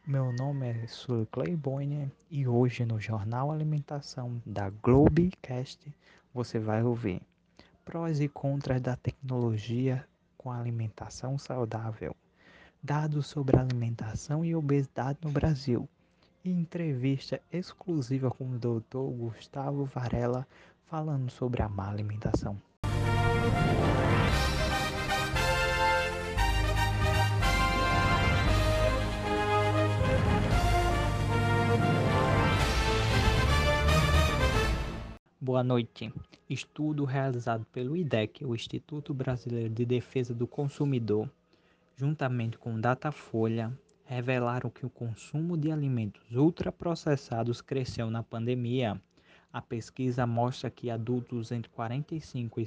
Meu nome é Sulclay Bonner e hoje no Jornal Alimentação da Globecast você vai ouvir prós e contras da tecnologia com a alimentação saudável, dados sobre alimentação e obesidade no Brasil e entrevista exclusiva com o Dr. Gustavo Varela falando sobre a má alimentação. Boa noite. Estudo realizado pelo IDEC, o Instituto Brasileiro de Defesa do Consumidor, juntamente com Datafolha, revelaram que o consumo de alimentos ultraprocessados cresceu na pandemia. A pesquisa mostra que adultos entre 45 e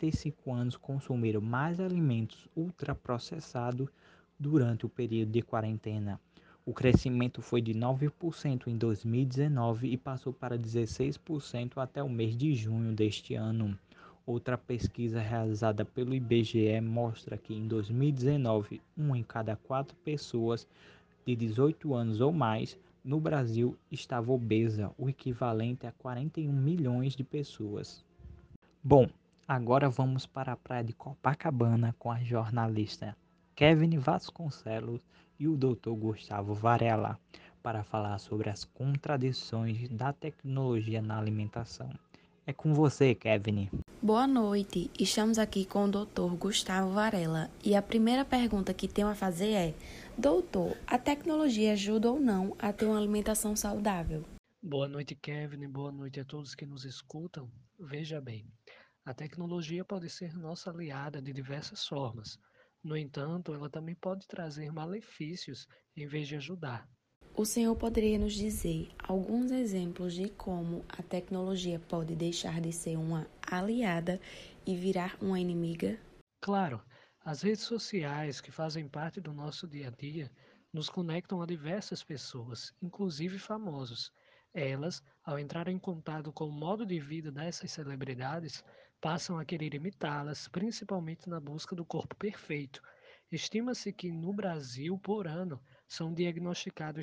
55 anos consumiram mais alimentos ultraprocessados durante o período de quarentena. O crescimento foi de 9% em 2019 e passou para 16% até o mês de junho deste ano. Outra pesquisa realizada pelo IBGE mostra que em 2019, uma em cada 4 pessoas de 18 anos ou mais no Brasil estava obesa, o equivalente a 41 milhões de pessoas. Bom, agora vamos para a praia de Copacabana com a jornalista Kevin Vasconcelos e o Dr. Gustavo Varela para falar sobre as contradições da tecnologia na alimentação. É com você, Kevin. Boa noite, estamos aqui com o Dr. Gustavo Varela e a primeira pergunta que tenho a fazer é: Doutor, a tecnologia ajuda ou não a ter uma alimentação saudável? Boa noite, Kevin. Boa noite a todos que nos escutam. Veja bem, a tecnologia pode ser nossa aliada de diversas formas. No entanto, ela também pode trazer malefícios em vez de ajudar. O senhor poderia nos dizer alguns exemplos de como a tecnologia pode deixar de ser uma aliada e virar uma inimiga? Claro, as redes sociais que fazem parte do nosso dia a dia nos conectam a diversas pessoas, inclusive famosos. Elas, ao entrar em contato com o modo de vida dessas celebridades, passam a querer imitá-las, principalmente na busca do corpo perfeito. Estima-se que no Brasil, por ano, são diagnosticados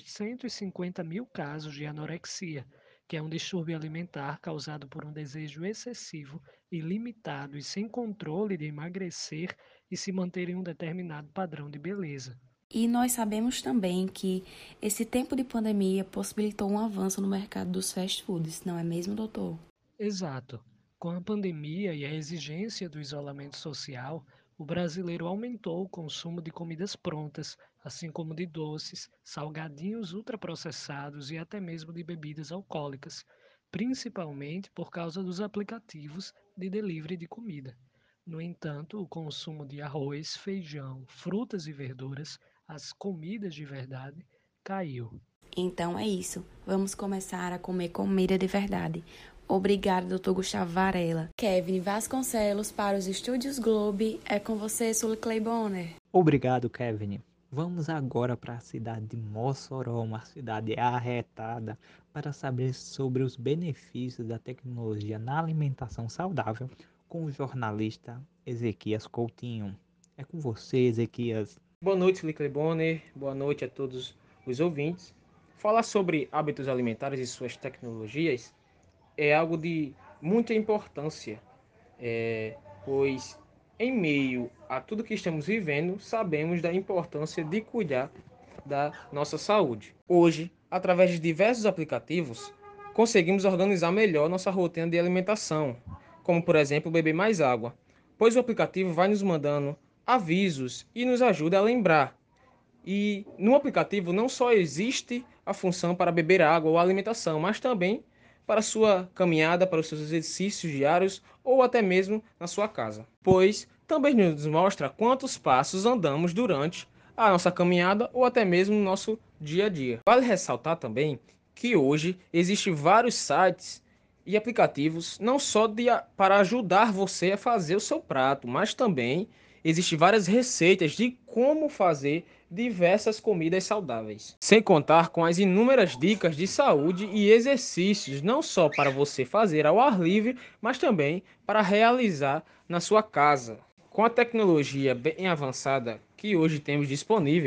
150 mil casos de anorexia, que é um distúrbio alimentar causado por um desejo excessivo, ilimitado e sem controle de emagrecer e se manter em um determinado padrão de beleza. E nós sabemos também que esse tempo de pandemia possibilitou um avanço no mercado dos fast foods, não é mesmo, doutor? Exato. Com a pandemia e a exigência do isolamento social, o brasileiro aumentou o consumo de comidas prontas, assim como de doces, salgadinhos ultraprocessados e até mesmo de bebidas alcoólicas, principalmente por causa dos aplicativos de delivery de comida. No entanto, o consumo de arroz, feijão, frutas e verduras, as comidas de verdade, caiu. Então é isso. Vamos começar a comer comida de verdade. Obrigada, Dr. Gustavo Varela. Kevin Vasconcelos para os Estúdios Globe. É com você, Sulclay Bonner. Obrigado, Kevin. Vamos agora para a cidade de Mossoró, uma cidade arretada, para saber sobre os benefícios da tecnologia na alimentação saudável com o jornalista Ezequias Coutinho. É com você, Ezequias. Boa noite, Felipe Bonner. Boa noite a todos os ouvintes. Falar sobre hábitos alimentares e suas tecnologias é algo de muita importância, pois em meio a tudo que estamos vivendo, sabemos da importância de cuidar da nossa saúde. Hoje, através de diversos aplicativos, conseguimos organizar melhor nossa rotina de alimentação, como por exemplo beber mais água, pois o aplicativo vai nos mandando avisos e nos ajuda a lembrar. E no aplicativo não só existe a função para beber água ou alimentação, mas também para sua caminhada, para os seus exercícios diários ou até mesmo na sua casa. Pois também nos mostra quantos passos andamos durante a nossa caminhada ou até mesmo no nosso dia a dia. Vale ressaltar também que hoje existem vários sites e aplicativos não só para ajudar você a fazer o seu prato, mas também existem várias receitas de como fazer diversas comidas saudáveis. Sem contar com as inúmeras dicas de saúde e exercícios, não só para você fazer ao ar livre, mas também para realizar na sua casa. Com a tecnologia bem avançada que hoje temos disponível,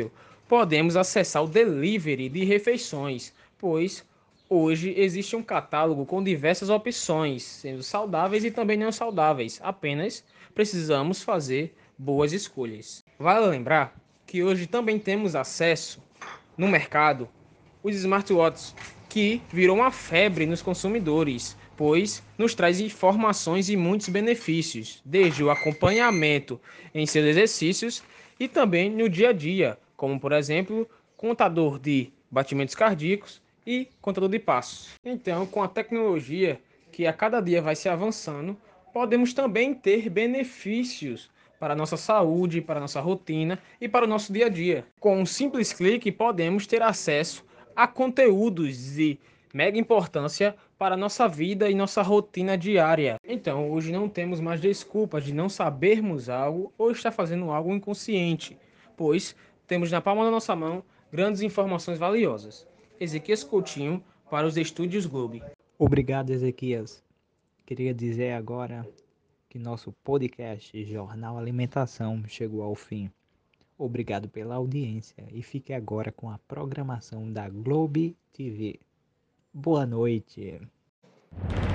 podemos acessar o delivery de refeições, pois hoje existe um catálogo com diversas opções, sendo saudáveis e também não saudáveis. Apenas precisamos fazer boas escolhas. Vale lembrar que hoje também temos acesso no mercado os smartwatches, que virou uma febre nos consumidores, pois nos traz informações e muitos benefícios, desde o acompanhamento em seus exercícios e também no dia a dia, como por exemplo, contador de batimentos cardíacos e contador de passos. Então, com a tecnologia que a cada dia vai se avançando, podemos também ter benefícios para a nossa saúde, para a nossa rotina e para o nosso dia a dia. Com um simples clique, podemos ter acesso a conteúdos de mega importância para a nossa vida e nossa rotina diária. Então, hoje não temos mais desculpas de não sabermos algo ou estar fazendo algo inconsciente, pois temos na palma da nossa mão grandes informações valiosas. Ezequias Coutinho para os Estúdios Globo. Obrigado, Ezequias. Queria dizer agora que nosso podcast Jornal Alimentação chegou ao fim. Obrigado pela audiência e fique agora com a programação da Globo TV. Boa noite.